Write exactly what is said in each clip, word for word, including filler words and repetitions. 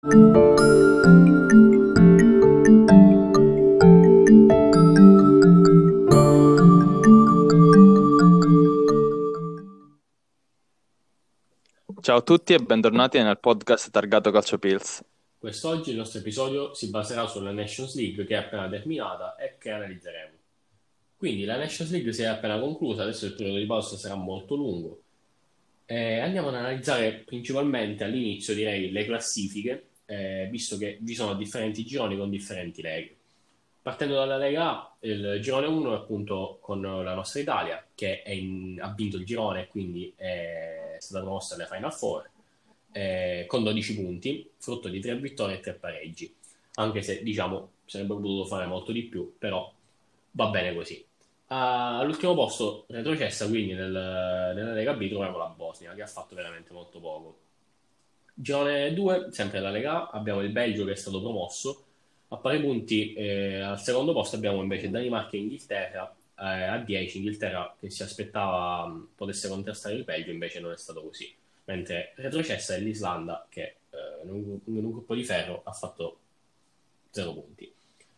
Ciao a tutti e bentornati nel podcast targato Calcio Pills. Quest'oggi il nostro episodio si baserà sulla Nations League che è appena terminata e che analizzeremo. Quindi la Nations League si è appena conclusa, adesso il periodo di pausa sarà molto lungo. E andiamo ad analizzare principalmente all'inizio, direi, le classifiche, eh, visto che vi sono differenti gironi con differenti leghe. Partendo dalla Lega A, il girone uno è appunto con la nostra Italia, che è in- ha vinto il girone e quindi è stata promossa alle Final Four, eh, con dodici punti, frutto di tre vittorie e tre pareggi. Anche se, diciamo, sarebbe potuto fare molto di più, però va bene così. Ah, all'ultimo posto retrocessa, quindi nel- nella Lega B troviamo la Bosnia, che ha fatto veramente molto poco. Girone due, sempre la Lega A, abbiamo il Belgio che è stato promosso. A pari punti, eh, al secondo posto abbiamo invece Danimarca e Inghilterra, eh, a dieci. Inghilterra che si aspettava mh, potesse contrastare il Belgio, invece non è stato così. Mentre retrocessa è l'Islanda che eh, in, un, in un gruppo di ferro ha fatto zero punti.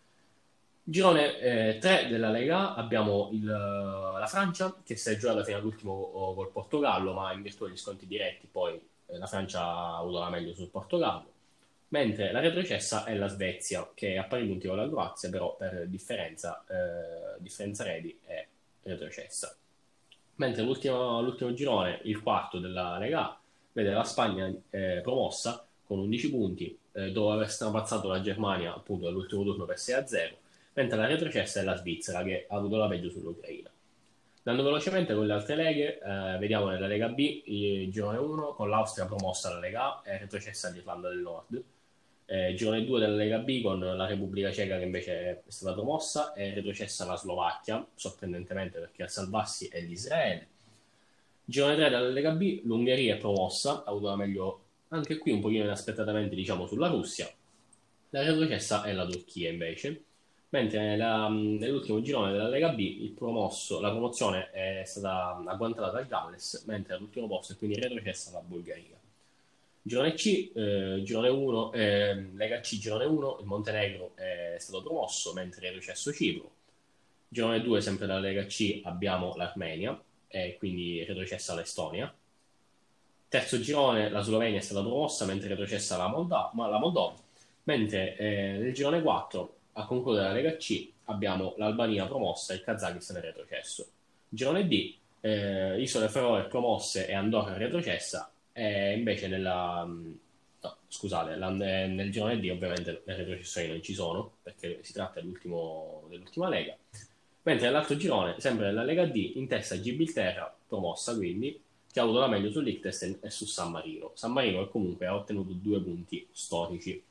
Girone eh, tre della Lega A abbiamo il, la Francia che si è giocata fino all'ultimo oh, col Portogallo, ma in virtù degli sconti diretti poi eh, la Francia ha avuto la meglio sul Portogallo. Mentre la retrocessa è la Svezia, che è a pari punti con la Croazia, però per differenza, eh, differenza reti è retrocessa. Mentre l'ultimo, l'ultimo girone, il quarto della Lega A, vede la Spagna eh, promossa con undici punti, eh, dopo aver strapazzato la Germania appunto all'ultimo turno per sei a zero, mentre la retrocessa è la Svizzera, che ha avuto la peggio sull'Ucraina. Andando velocemente con le altre leghe, eh, vediamo nella Lega B il girone uno con l'Austria promossa alla Lega A e retrocessa all'Irlanda del Nord. Eh, girone due della Lega B con la Repubblica Ceca che invece è stata promossa e retrocessa la Slovacchia, sorprendentemente perché a salvarsi è l'Israele. Girone tre della Lega B, l'Ungheria è promossa, ha avuto la meglio anche qui un pochino inaspettatamente diciamo sulla Russia. La retrocessa è la Turchia invece, mentre la, nell'ultimo girone della Lega B il promosso, la promozione è stata agguantata dal Galles, mentre all'ultimo posto è quindi retrocessa la Bulgaria. Girone C, eh, girone uno, eh, Lega C, girone uno, il Montenegro è stato promosso, mentre è retrocesso Cipro. Girone due, sempre dalla Lega C, abbiamo l'Armenia, e quindi retrocessa l'Estonia. Terzo girone, la Slovenia è stata promossa, mentre è retrocessa la, Molda- ma la Moldova. Mentre eh, nel girone quattro, a concludere la Lega C, abbiamo l'Albania promossa e il Kazakistan è retrocesso. Girone D, eh, Isole Feroe promosse e Andorra retrocessa, e invece nella, no, scusate, la- nel girone D ovviamente le retrocessioni non ci sono, perché si tratta dell'ultimo, dell'ultima lega. Mentre nell'altro girone, sempre nella Lega D, in testa Gibilterra, promossa quindi, che ha avuto la meglio su Liechtenstein e su San Marino. San Marino che comunque ha ottenuto due punti storici.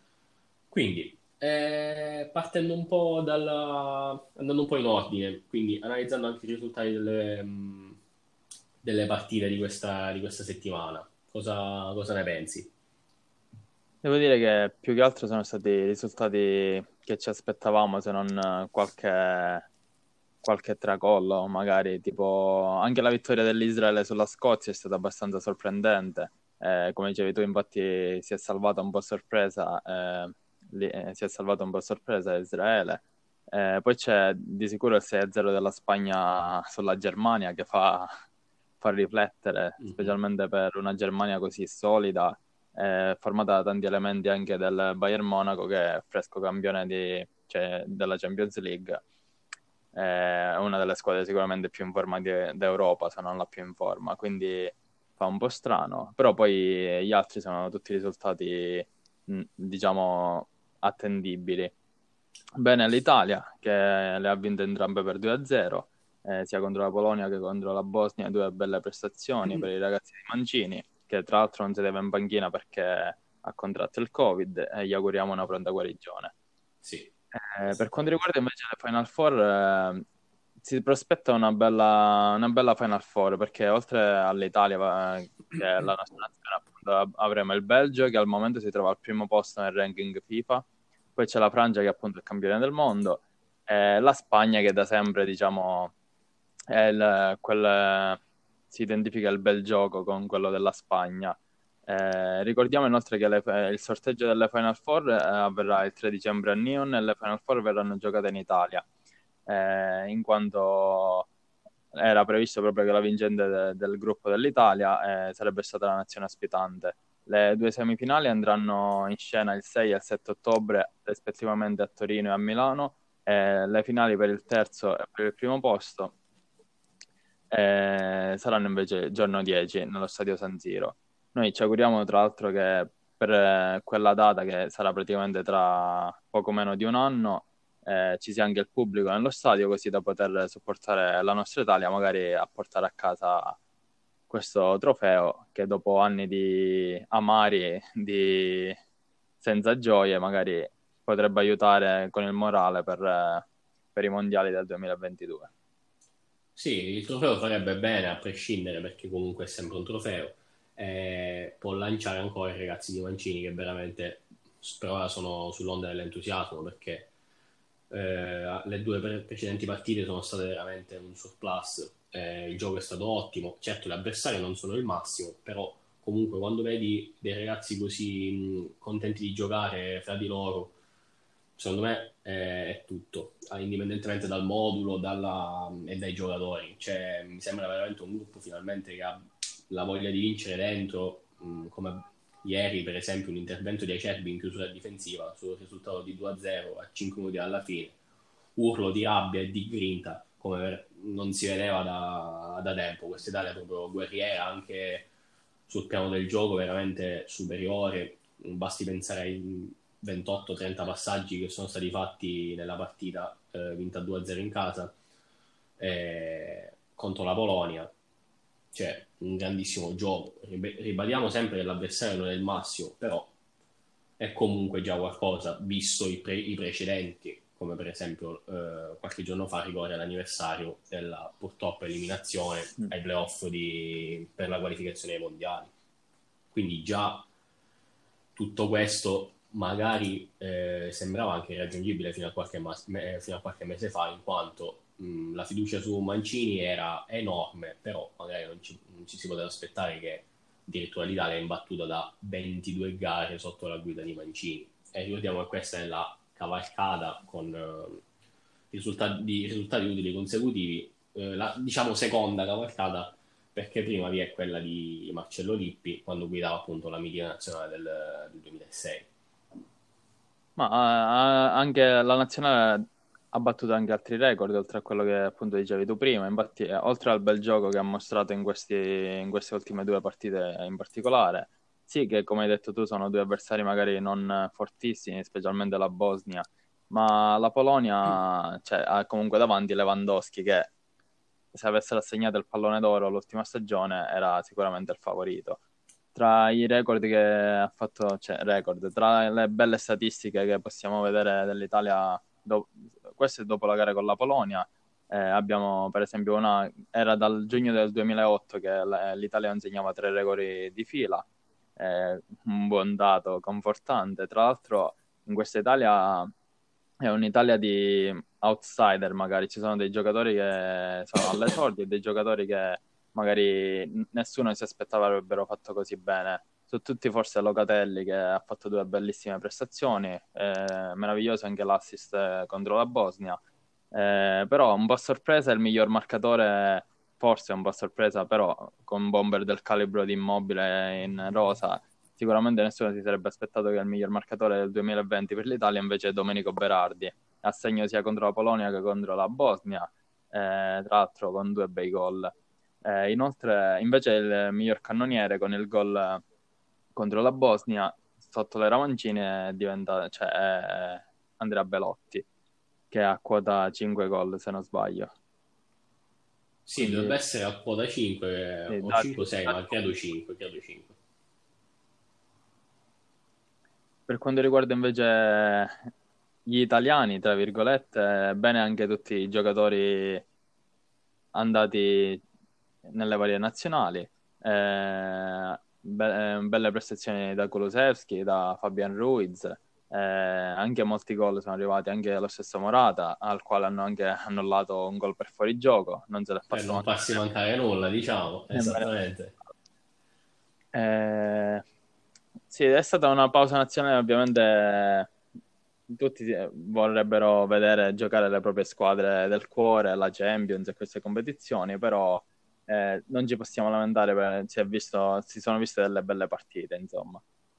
Quindi, eh, partendo un po' dalla, andando un po' in ordine, quindi analizzando anche i risultati delle, mh, delle partite di questa, di questa settimana, cosa, cosa ne pensi? Devo dire che più che altro sono stati i risultati che ci aspettavamo, se non eh, qualche, qualche tracollo, magari tipo anche la vittoria dell'Israele sulla Scozia è stata abbastanza sorprendente. Eh, come dicevi tu, infatti si è salvata un po' a sorpresa, eh, lì- eh, si è salvata un po' a sorpresa Israele. Eh, poi c'è di sicuro il sei a zero della Spagna sulla Germania che fa, fa riflettere, Mhm. specialmente per una Germania così solida, eh, formata da tanti elementi anche del Bayern Monaco, che è fresco campione di- cioè, della Champions League. È una delle squadre sicuramente più in forma di- d'Europa, se non la più in forma, quindi fa un po' strano. Però poi gli altri sono tutti risultati, mh, diciamo, attendibili. Bene l'Italia, che le ha vinte entrambe per due a zero, eh, sia contro la Polonia che contro la Bosnia, due belle prestazioni per i ragazzi di Mancini, che tra l'altro non si deve in panchina perché ha contratto il Covid e gli auguriamo una pronta guarigione. Sì, Eh, per quanto esattamente. riguarda invece le Final Four, eh, si prospetta una bella, una bella Final Four perché oltre all'Italia, eh, che è la nostra nazione, appunto, avremo il Belgio che al momento si trova al primo posto nel ranking FIFA, poi c'è la Francia che appunto è campione del mondo, e la Spagna che da sempre, diciamo, è il, quel, si identifica il bel gioco con quello della Spagna. Eh, ricordiamo inoltre che le, il sorteggio delle Final Four eh, avverrà il tre dicembre a Nyon e le Final Four verranno giocate in Italia, eh, in quanto era previsto proprio che la vincente de- del gruppo dell'Italia eh, sarebbe stata la nazione ospitante. Le due semifinali andranno in scena il sei e il sette ottobre, rispettivamente a Torino e a Milano, e le finali per il terzo e per il primo posto eh, saranno invece il giorno dieci nello stadio San Siro. Noi ci auguriamo tra l'altro che per eh, quella data, che sarà praticamente tra poco meno di un anno, eh, ci sia anche il pubblico nello stadio, così da poter supportare la nostra Italia, magari a portare a casa questo trofeo che dopo anni di amari, di senza gioie, magari potrebbe aiutare con il morale per, eh, per i mondiali del duemilaventidue. Sì, il trofeo farebbe bene a prescindere perché comunque è sempre un trofeo. Eh, può lanciare ancora i ragazzi di Mancini che veramente per ora sono sull'onda dell'entusiasmo perché eh, le due pre- precedenti partite sono state veramente un surplus. Eh, il gioco è stato ottimo. Certo, gli avversari non sono il massimo, però comunque quando vedi dei ragazzi così mh, contenti di giocare fra di loro, secondo me eh, è tutto, ah, indipendentemente dal modulo dalla- e dai giocatori. Cioè, mi sembra veramente un gruppo finalmente che ha la voglia di vincere dentro, mh, come ieri per esempio un intervento di Acerbi in chiusura difensiva sul risultato di due a zero a cinque minuti alla fine, urlo di rabbia e di grinta come ver- non si vedeva da, da tempo. Questa Italia è proprio guerriera anche sul piano del gioco, veramente superiore. Basti pensare ai ventotto trenta passaggi che sono stati fatti nella partita eh, vinta due a zero in casa eh, contro la Polonia. Cioè un grandissimo gioco. Ribadiamo sempre che l'avversario non è il massimo, però è comunque già qualcosa visto i, pre- i precedenti, come per esempio eh, qualche giorno fa ricorre l'anniversario della purtroppo eliminazione Mm. ai playoff di, per la qualificazione ai mondiali. Quindi già tutto questo magari eh, sembrava anche irraggiungibile fino a qualche, mas- me- fino a qualche mese fa, in quanto mh, la fiducia su Mancini era enorme, però magari non ci, non ci si poteva aspettare che addirittura l'Italia è imbattuta da ventidue gare sotto la guida di Mancini. E ricordiamo che questa è la cavalcata con eh, risultati, risultati utili consecutivi, eh, la diciamo seconda cavalcata perché prima vi è quella di Marcello Lippi quando guidava appunto la mitica nazionale del, del duemilasei. Ma eh, anche la nazionale ha battuto anche altri record, oltre a quello che appunto dicevi tu prima. Infatti, eh, oltre al bel gioco che ha mostrato in questi, in queste ultime due partite in particolare, sì, che come hai detto tu sono due avversari magari non fortissimi, specialmente la Bosnia, ma la Polonia, cioè, ha comunque davanti Lewandowski, che se avessero assegnato il pallone d'oro l'ultima stagione era sicuramente il favorito. Tra i record che ha fatto, cioè record, tra le belle statistiche che possiamo vedere dell'Italia, do- questo è dopo la gara con la Polonia, eh, abbiamo per esempio una, era dal giugno del duemilaotto che l- l'Italia consegnava tre record di fila, eh, un buon dato confortante. Tra l'altro in questa Italia è un'Italia di outsider, magari ci sono dei giocatori che sono all'esordio e dei giocatori che magari n- nessuno si aspettava avrebbero fatto così bene. Su tutti forse Locatelli, che ha fatto due bellissime prestazioni, eh, meraviglioso anche l'assist eh, contro la Bosnia. Eh, però un po' a sorpresa il miglior marcatore, forse un po' a sorpresa, però con un bomber del calibro di Immobile in rosa, sicuramente nessuno si sarebbe aspettato che il miglior marcatore del duemilaventi per l'Italia invece è Domenico Berardi, a segno sia contro la Polonia che contro la Bosnia, eh, tra l'altro con due bei gol. Eh, inoltre, invece, il miglior cannoniere con il gol contro la Bosnia sotto le Ramancine diventa, cioè, è Andrea Belotti, che ha quota cinque gol, se non sbaglio. Sì, Quindi, dovrebbe essere a quota cinque sì, o dati, cinque o sei, dati ma credo cinque, credo cinque. Per quanto riguarda invece gli italiani, tra virgolette, bene anche tutti i giocatori andati nelle varie nazionali. Eh, be- eh, belle prestazioni da Kulusevski, da Fabian Ruiz, eh, anche molti gol sono arrivati, anche lo stesso Morata, al quale hanno anche annullato un gol per fuorigioco, non se l'è Per fatto non mancare farsi mancare nulla, diciamo, nemmeno. esattamente. Eh, Sì, è stata una pausa nazionale, ovviamente tutti vorrebbero vedere giocare le proprie squadre del cuore, la Champions e queste competizioni, però eh, non ci possiamo lamentare, per- si è visto, si sono viste delle belle partite, insomma.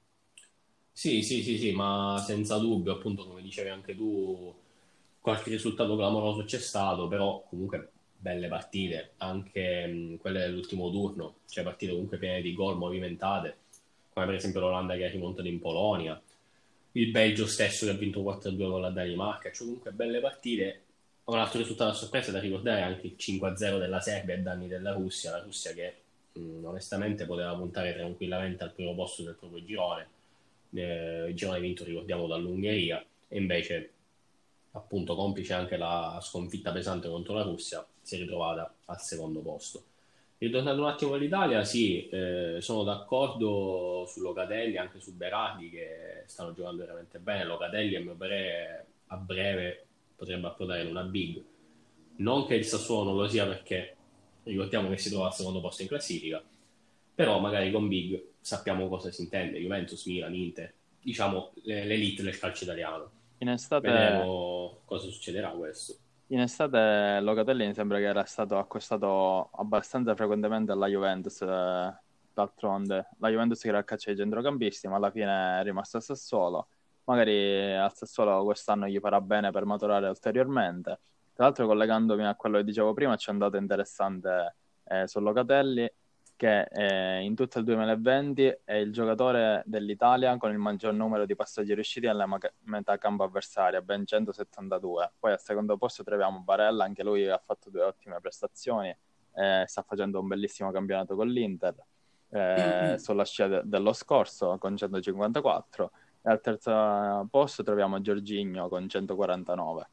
Sì, sì, sì, sì, ma senza dubbio, appunto, come dicevi anche tu, qualche risultato clamoroso c'è stato, però comunque belle partite, anche mh, quelle dell'ultimo turno, cioè partite comunque piene di gol, movimentate, come per esempio l'Olanda che ha rimontato in Polonia, il Belgio stesso che ha vinto quattro a due con la Danimarca, cioè comunque belle partite. Un altro risultato a sorpresa da ricordare è anche il cinque a zero della Serbia ai danni della Russia, la Russia che mh, onestamente poteva puntare tranquillamente al primo posto del proprio girone, eh, il girone vinto ricordiamo dall'Ungheria, e invece appunto complice anche la sconfitta pesante contro la Russia si è ritrovata al secondo posto. Ritornando un attimo all'Italia, sì, eh, sono d'accordo su Locatelli, anche su Berardi che stanno giocando veramente bene. Locatelli a mio parere a breve potrebbe approdare in una big, non che il Sassuolo non lo sia perché ricordiamo che si trova al secondo posto in classifica, però magari con big sappiamo cosa si intende, Juventus, Milan, Inter, diciamo l'elite del calcio italiano. In estate, Vedremo cosa succederà questo. in estate Locatelli mi sembra che era stato accostato abbastanza frequentemente alla Juventus, eh, d'altronde. La Juventus che era a caccia di centrocampisti, ma alla fine è rimasto a Sassuolo. Magari al Sassuolo quest'anno gli farà bene per maturare ulteriormente. Tra l'altro, collegandomi a quello che dicevo prima, c'è un dato interessante eh, su Locatelli, che eh, in tutto il duemilaventi è il giocatore dell'Italia con il maggior numero di passaggi riusciti nella ma- metà campo avversaria, ben centosettantadue. Poi al secondo posto troviamo Barella, anche lui ha fatto due ottime prestazioni, eh, sta facendo un bellissimo campionato con l'Inter, eh, sulla scia de- dello scorso con centocinquantaquattro, e al terzo posto troviamo Jorginho con centoquarantanove.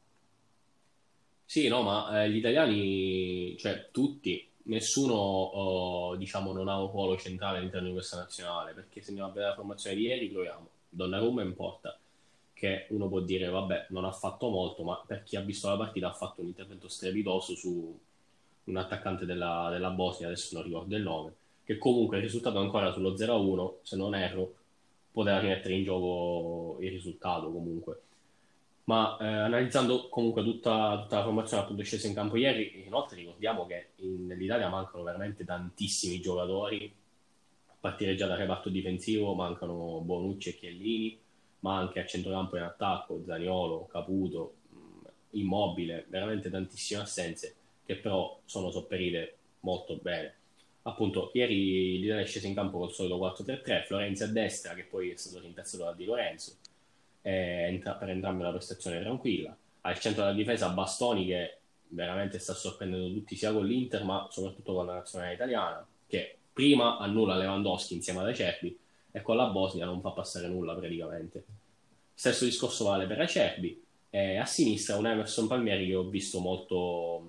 Sì, no, ma eh, gli italiani, cioè tutti, nessuno oh, diciamo non ha un ruolo centrale all'interno di questa nazionale, perché se andiamo a vedere la formazione di ieri troviamo Donnarumma in porta, che uno può dire vabbè non ha fatto molto, ma per chi ha visto la partita ha fatto un intervento strepitoso su un attaccante della, della Bosnia, adesso non ricordo il nome, che comunque il risultato è ancora sullo zero a uno, se non erro, poteva rimettere in gioco il risultato comunque. Ma eh, analizzando comunque tutta, tutta la formazione appunto scesa in campo ieri, inoltre ricordiamo che in, nell'Italia mancano veramente tantissimi giocatori, a partire già dal reparto difensivo, mancano Bonucci e Chiellini, ma anche a centrocampo e in attacco, Zaniolo, Caputo, mh, Immobile, veramente tantissime assenze che però sono sopperite molto bene. Appunto, ieri l'Italia è scesa in campo col solito quattro tre tre, Florenzi a destra, che poi è stato rimpiazzato da Di Lorenzo, eh, entra- per entrambe la prestazione tranquilla. Al centro della difesa Bastoni che veramente sta sorprendendo tutti sia con l'Inter ma soprattutto con la nazionale italiana, che prima annulla Lewandowski insieme ad Acerbi e con la Bosnia non fa passare nulla praticamente. Stesso discorso vale per Acerbi, e a sinistra un Emerson Palmieri che ho visto molto,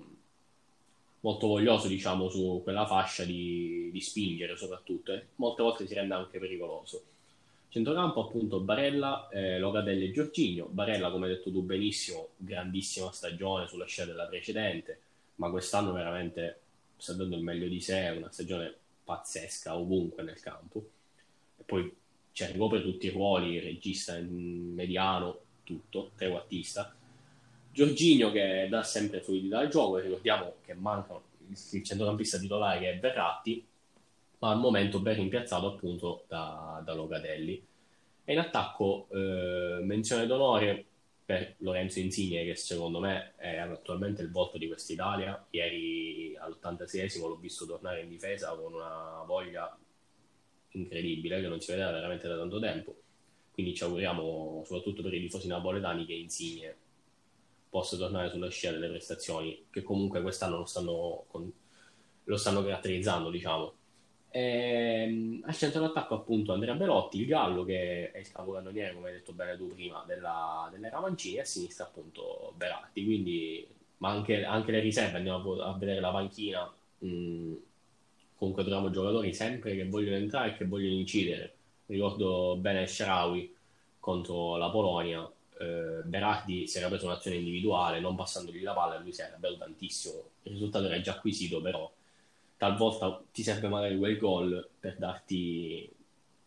molto voglioso diciamo su quella fascia di, di spingere soprattutto, e molte volte si rende anche pericoloso. Centrocampo appunto Barella, eh, Locatelli e Jorginho. Barella, come hai detto tu benissimo, grandissima stagione sulla scia della precedente, ma quest'anno veramente sta dando il meglio di sé, una stagione pazzesca ovunque nel campo. E poi ci arrivò per tutti i ruoli, regista, mediano, tutto, trequartista. Jorginho che dà sempre fluidità al gioco, e ricordiamo che manca il centrocampista titolare che è Verratti, ma al momento ben rimpiazzato appunto da, da Locatelli. E in attacco eh, menzione d'onore per Lorenzo Insigne che secondo me è attualmente il volto di quest'Italia. Ieri all'ottantaseiesimo l'ho visto tornare in difesa con una voglia incredibile che non si vedeva veramente da tanto tempo, quindi ci auguriamo soprattutto per i tifosi napoletani che Insigne possa tornare sulla scia delle prestazioni che comunque quest'anno lo stanno, con, lo stanno caratterizzando diciamo. E, al centro d'attacco appunto Andrea Belotti, il Gallo che è il capocannoniere come hai detto bene tu prima della, dell'era Mancini, e a sinistra appunto Beratti, quindi ma anche, anche le riserve, andiamo a, a vedere la panchina, mh, comunque troviamo giocatori sempre che vogliono entrare e che vogliono incidere. Ricordo bene Sharawi contro la Polonia, eh, Berardi si era preso un'azione individuale non passandogli la palla e lui si era bello tantissimo, il risultato era già acquisito, però talvolta ti serve magari quel gol per darti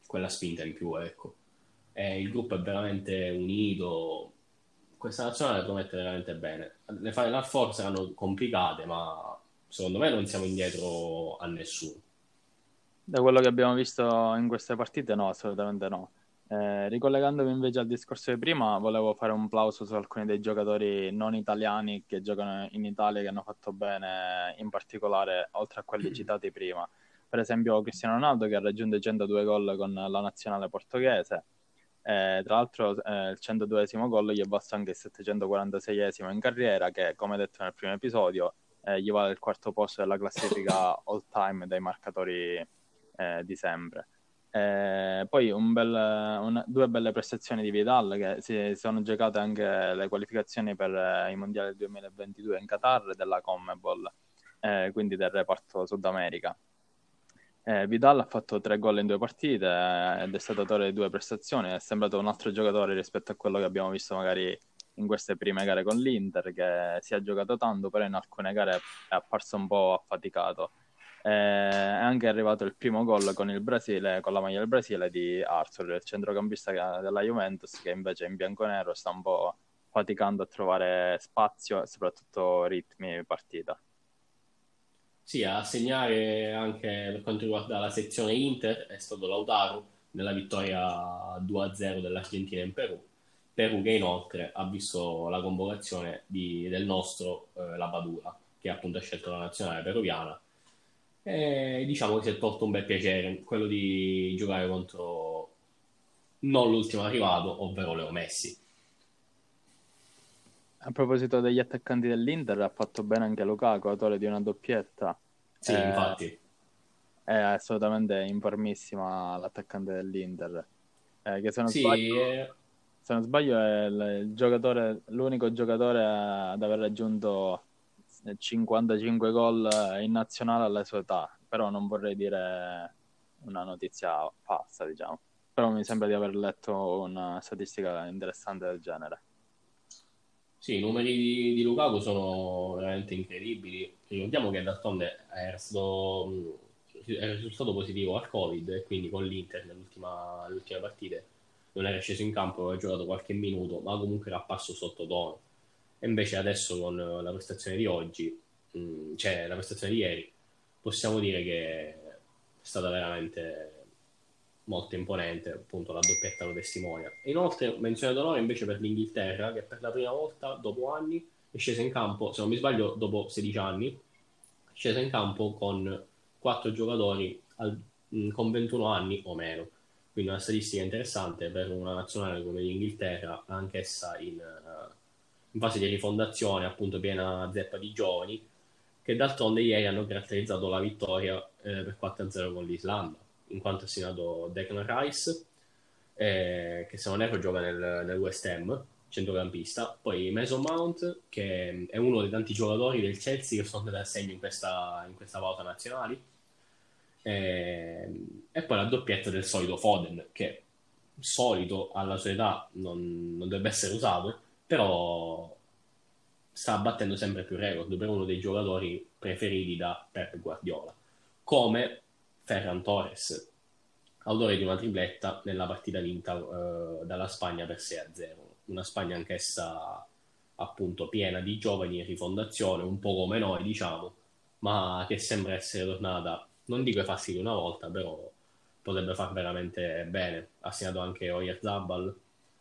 quella spinta in più, ecco. E il gruppo è veramente unito, questa nazionale promette veramente bene. Le Final Four saranno complicate, ma secondo me non siamo indietro a nessuno. Da quello che abbiamo visto in queste partite, no, assolutamente no. Eh, ricollegandomi invece al discorso di prima, volevo fare un plauso su alcuni dei giocatori non italiani che giocano in Italia, che hanno fatto bene, in particolare, oltre a quelli citati prima. Per esempio Cristiano Ronaldo, che ha raggiunto i centodue gol con la nazionale portoghese. Eh, tra l'altro eh, il centoduesimo gol gli è bastato anche il settecentoquarantaseiesimo in carriera, che come detto nel primo episodio eh, gli vale il quarto posto della classifica all time dai marcatori eh, di sempre. Eh, poi un bel, un, due belle prestazioni di Vidal, che si sono giocate anche le qualificazioni per eh, i mondiali duemilaventidue in Qatar della CONMEBOL, eh, quindi del reparto Sud America. Eh, Vidal ha fatto tre gol in due partite eh, ed è stato autore di due prestazioni. È sembrato un altro giocatore rispetto a quello che abbiamo visto magari in queste prime gare con l'Inter, che si è giocato tanto, però in alcune gare è apparso un po' affaticato. Eh, è anche arrivato il primo gol con il Brasile, con la maglia del Brasile, di Arthur, il centrocampista della Juventus, che invece in bianconero sta un po' faticando a trovare spazio e soprattutto ritmi partita. Sì, a segnare anche per quanto riguarda la sezione Inter è stato Lautaro nella vittoria due a zero dell'Argentina in Perù. Perù che inoltre ha visto la convocazione di, del nostro eh, Lapadula, che appunto ha scelto la nazionale peruviana. E diciamo che si è tolto un bel piacere, quello di giocare contro non l'ultimo arrivato, ovvero Leo Messi. A proposito degli attaccanti dell'Inter, ha fatto bene anche Lukaku, autore di una doppietta. Sì, Eh, infatti. è assolutamente in formissima l'attaccante dell'Inter. Eh, che se non Sì, sbaglio, eh, se non sbaglio è il, il giocatore, l'unico giocatore ad aver raggiunto cinquantacinque gol in nazionale alla sua età. Però non vorrei dire una notizia falsa, diciamo. Però mi sembra di aver letto una statistica interessante del genere. sì, i numeri di, di Lukaku sono veramente incredibili. Ricordiamo che d'altronde era stato, mh, era risultato positivo al Covid e quindi con l'Inter nell'ultima, nelle ultime partite non era sceso in campo, aveva giocato qualche minuto, ma comunque era apparso sottotono. E invece adesso con la prestazione di oggi, mh, cioè la prestazione di ieri, possiamo dire che è stata veramente molto imponente, appunto la doppietta lo testimonia. E inoltre menzione d'onore invece per l'Inghilterra, che per la prima volta dopo anni è scesa in campo, se non mi sbaglio dopo sedici anni, è scesa in campo con quattro giocatori al, mh, con ventuno anni o meno. Quindi una statistica interessante per una nazionale come l'Inghilterra, anch'essa in, uh, in fase di rifondazione, appunto piena zeppa di giovani, che d'altronde ieri hanno caratterizzato la vittoria eh, per quattro a zero con l'Islanda, in quanto ha segnato Declan Rice, eh, che se non erro gioca nel, nel West Ham, centrocampista, poi Mason Mount, che è uno dei tanti giocatori del Chelsea che sono andati a segno in questa, in questa pausa nazionali, e, e poi la doppietta del solito Foden, che solito alla sua età non, non dovrebbe essere usato, però sta battendo sempre più record per uno dei giocatori preferiti da Pep Guardiola, come Ferran Torres, autore di una tripletta nella partita vinta eh, dalla Spagna per sei a zero. Una Spagna anch'essa appunto piena di giovani in rifondazione, un po' come noi diciamo, ma che sembra essere tornata, non dico ai fasti di una volta, però potrebbe far veramente bene. Ha segnato anche Oyarzabal,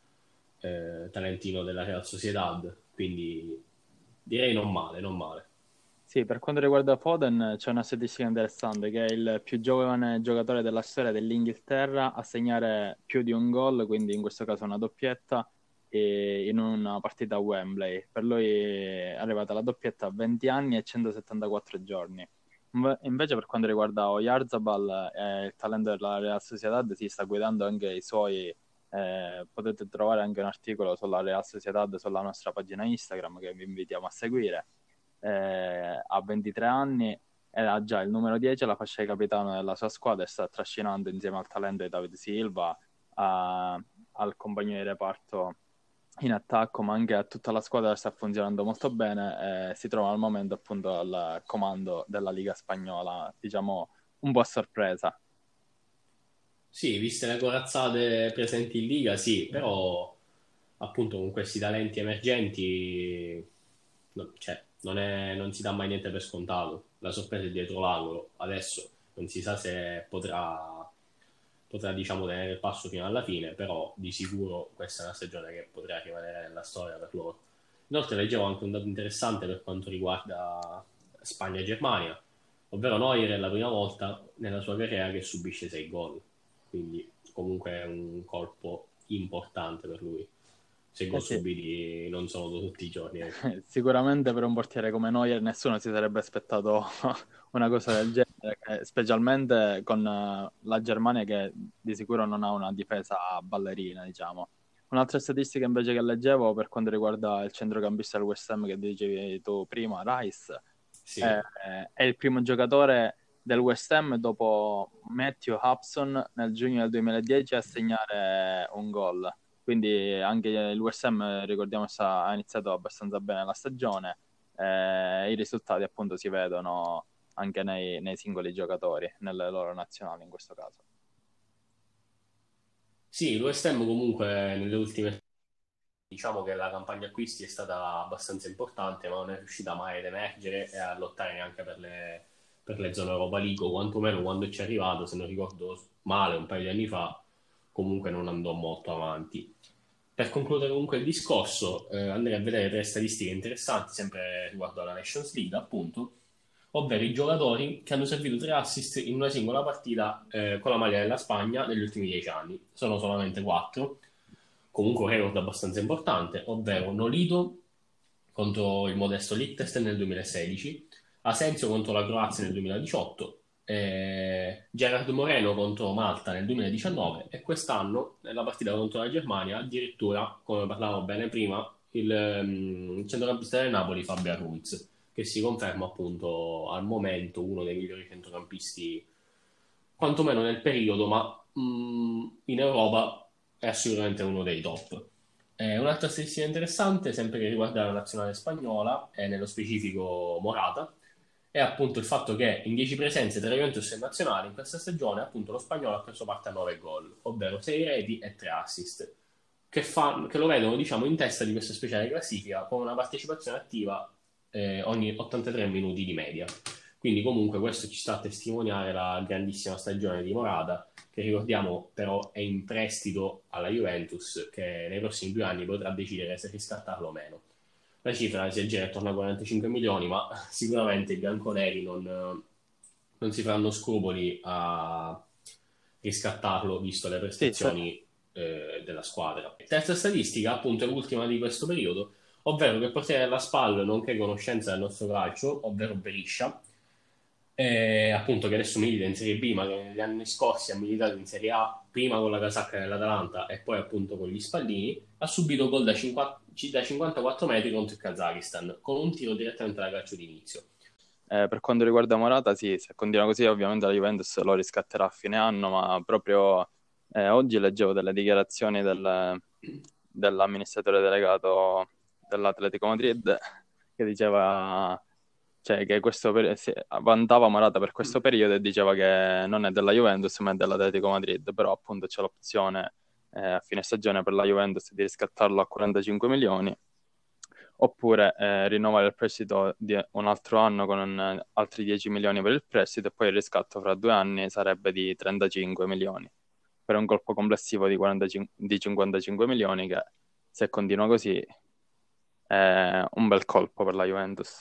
eh, talentino della Real Sociedad, quindi direi non male, non male. Sì, per quanto riguarda Foden c'è una statistica interessante che è il più giovane giocatore della storia dell'Inghilterra a segnare più di un gol, quindi in questo caso una doppietta, e in una partita a Wembley. Per lui è arrivata la doppietta a venti anni e centosettantaquattro giorni. Inve- Invece per quanto riguarda Oyarzabal, eh, il talento della Real Sociedad si sta guidando anche i suoi. Eh, potete trovare anche un articolo sulla Real Sociedad sulla nostra pagina Instagram che vi invitiamo a seguire. Eh, ha ventitré anni e ha già il numero dieci alla fascia di capitano della sua squadra e sta trascinando insieme al talento di David Silva, a- al compagno di reparto in attacco, ma anche a tutta la squadra sta funzionando molto bene e si trova al momento appunto al comando della Liga Spagnola, diciamo un po' a sorpresa. Sì, viste le corazzate presenti in Liga, sì, però appunto con questi talenti emergenti no, cioè, non, è- non si dà mai niente per scontato. La sorpresa è dietro l'angolo. Adesso non si sa se potrà, potrà diciamo, tenere il passo fino alla fine, però di sicuro questa è una stagione che potrà rimanere nella storia per loro. Inoltre leggevo anche un dato interessante per quanto riguarda Spagna e Germania, ovvero Neuer è la prima volta nella sua carriera che subisce sei gol, quindi comunque è un colpo importante per lui. Sei Eh gol sì, subiti non sono tutti i giorni, ecco. sicuramente per un portiere come Neuer nessuno si sarebbe aspettato una cosa del genere, eh, specialmente con eh, la Germania che di sicuro non ha una difesa ballerina, diciamo. Un'altra statistica invece che leggevo per quanto riguarda il centrocampista del West Ham che dicevi tu prima, Rice, Sì. eh, è il primo giocatore del West Ham dopo Matthew Hobson nel giugno del duemiladieci a segnare un gol. Quindi anche il West Ham, ricordiamo, sta- ha iniziato abbastanza bene la stagione. Eh, i risultati appunto si vedono anche nei, nei singoli giocatori, nelle loro nazionali in questo caso. Sì, il West Ham comunque nelle ultime diciamo che la campagna acquisti è stata abbastanza importante, ma non è riuscita mai ad emergere e a lottare neanche per le, per le zone Europa League, o quantomeno quando ci è arrivato, se non ricordo male, un paio di anni fa, comunque non andò molto avanti. Per concludere comunque il discorso, eh, andrei a vedere tre statistiche interessanti, sempre riguardo alla Nations League, appunto, ovvero i giocatori che hanno servito tre assist in una singola partita eh, con la maglia della Spagna negli ultimi dieci anni. Sono solamente quattro, comunque un record abbastanza importante, ovvero Nolito contro il modesto Liechtenstein nel duemilasedici, Asensio contro la Croazia nel duemiladiciotto, eh, Gerard Moreno contro Malta nel duemiladiciannove e quest'anno nella partita contro la Germania addirittura, come parlavamo bene prima, il um, centrocampista del Napoli Fabio Ruiz, che si conferma appunto al momento uno dei migliori centrocampisti quantomeno nel periodo, ma mh, in Europa è assolutamente uno dei top. Eh, un'altra statistica interessante, sempre che riguarda la nazionale spagnola, e nello specifico Morata, è appunto il fatto che in dieci presenze tra Juventus e Nazionale in questa stagione appunto lo spagnolo ha preso parte a nove gol, ovvero sei reti e tre assist, che, fa, che lo vedono diciamo in testa di questa speciale classifica con una partecipazione attiva eh, ogni ottantatré minuti di media. Quindi comunque questo ci sta a testimoniare la grandissima stagione di Morata, che ricordiamo però è in prestito alla Juventus, che nei prossimi due anni potrà decidere se riscattarlo o meno. La cifra si aggira attorno a quarantacinque milioni, ma sicuramente i bianconeri non, non si faranno scrupoli a riscattarlo, visto le Sì, se- prestazioni eh, della squadra. Terza statistica, appunto, è l'ultima di questo periodo, ovvero che il portiere della SPAL, nonché conoscenza del nostro calcio, ovvero Beriscia, eh, appunto che adesso milita in Serie B, ma che negli anni scorsi ha militato in Serie A, prima con la casacca dell'Atalanta e poi appunto con gli Spallini, ha subito gol da, cinquanta, da cinquantaquattro metri contro il Kazakistan, con un tiro direttamente da calcio d'inizio. eh, per quanto riguarda Morata, sì, se continua così ovviamente la Juventus lo riscatterà a fine anno, ma proprio eh, oggi leggevo delle dichiarazioni del- dell'amministratore delegato dell'Atletico Madrid che diceva cioè, che questo per- si- vantava Morata per questo periodo e diceva che non è della Juventus ma è dell'Atletico Madrid, però appunto c'è l'opzione eh, a fine stagione per la Juventus di riscattarlo a quarantacinque milioni oppure eh, rinnovare il prestito di un altro anno con eh, altri dieci milioni per il prestito e poi il riscatto fra due anni sarebbe di trentacinque milioni per un colpo complessivo di, quarantacinque, di cinquantacinque milioni che se continua così è un bel colpo per la Juventus.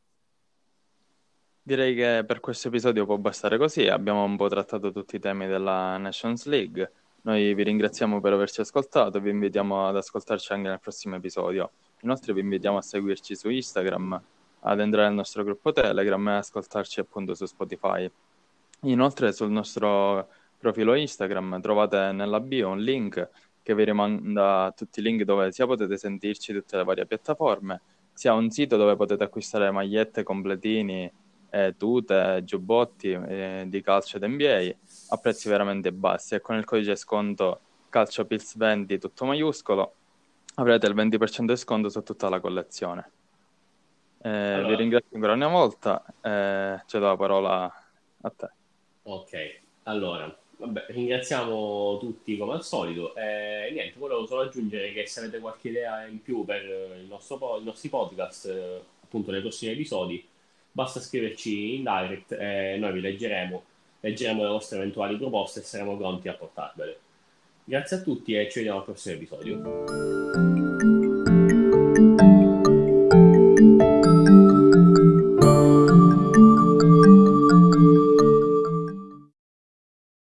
Direi che per questo episodio può bastare così, abbiamo un po' trattato tutti i temi della Nations League. Noi vi ringraziamo per averci ascoltato e vi invitiamo ad ascoltarci anche nel prossimo episodio. Inoltre vi invitiamo a seguirci su Instagram, ad entrare nel nostro gruppo Telegram e ascoltarci appunto su Spotify. Inoltre sul nostro profilo Instagram trovate nella bio un link che vi rimanda a tutti i link dove sia potete sentirci tutte le varie piattaforme, sia un sito dove potete acquistare magliette, completini, eh, tute, giubbotti eh, di calcio ed N B A a prezzi veramente bassi e con il codice sconto CalcioPills venti tutto maiuscolo avrete il venti per cento di sconto su tutta la collezione. Eh, vi Allora, ringrazio ancora una volta e cedo la parola a te. ok, allora, Vabbè, ringraziamo tutti come al solito. E niente, volevo solo aggiungere che se avete qualche idea in più per il nostro po- i nostri podcast, eh, appunto nei prossimi episodi, basta scriverci in direct e noi vi leggeremo, leggeremo le vostre eventuali proposte e saremo pronti a portarvele. Grazie a tutti e ci vediamo al prossimo episodio.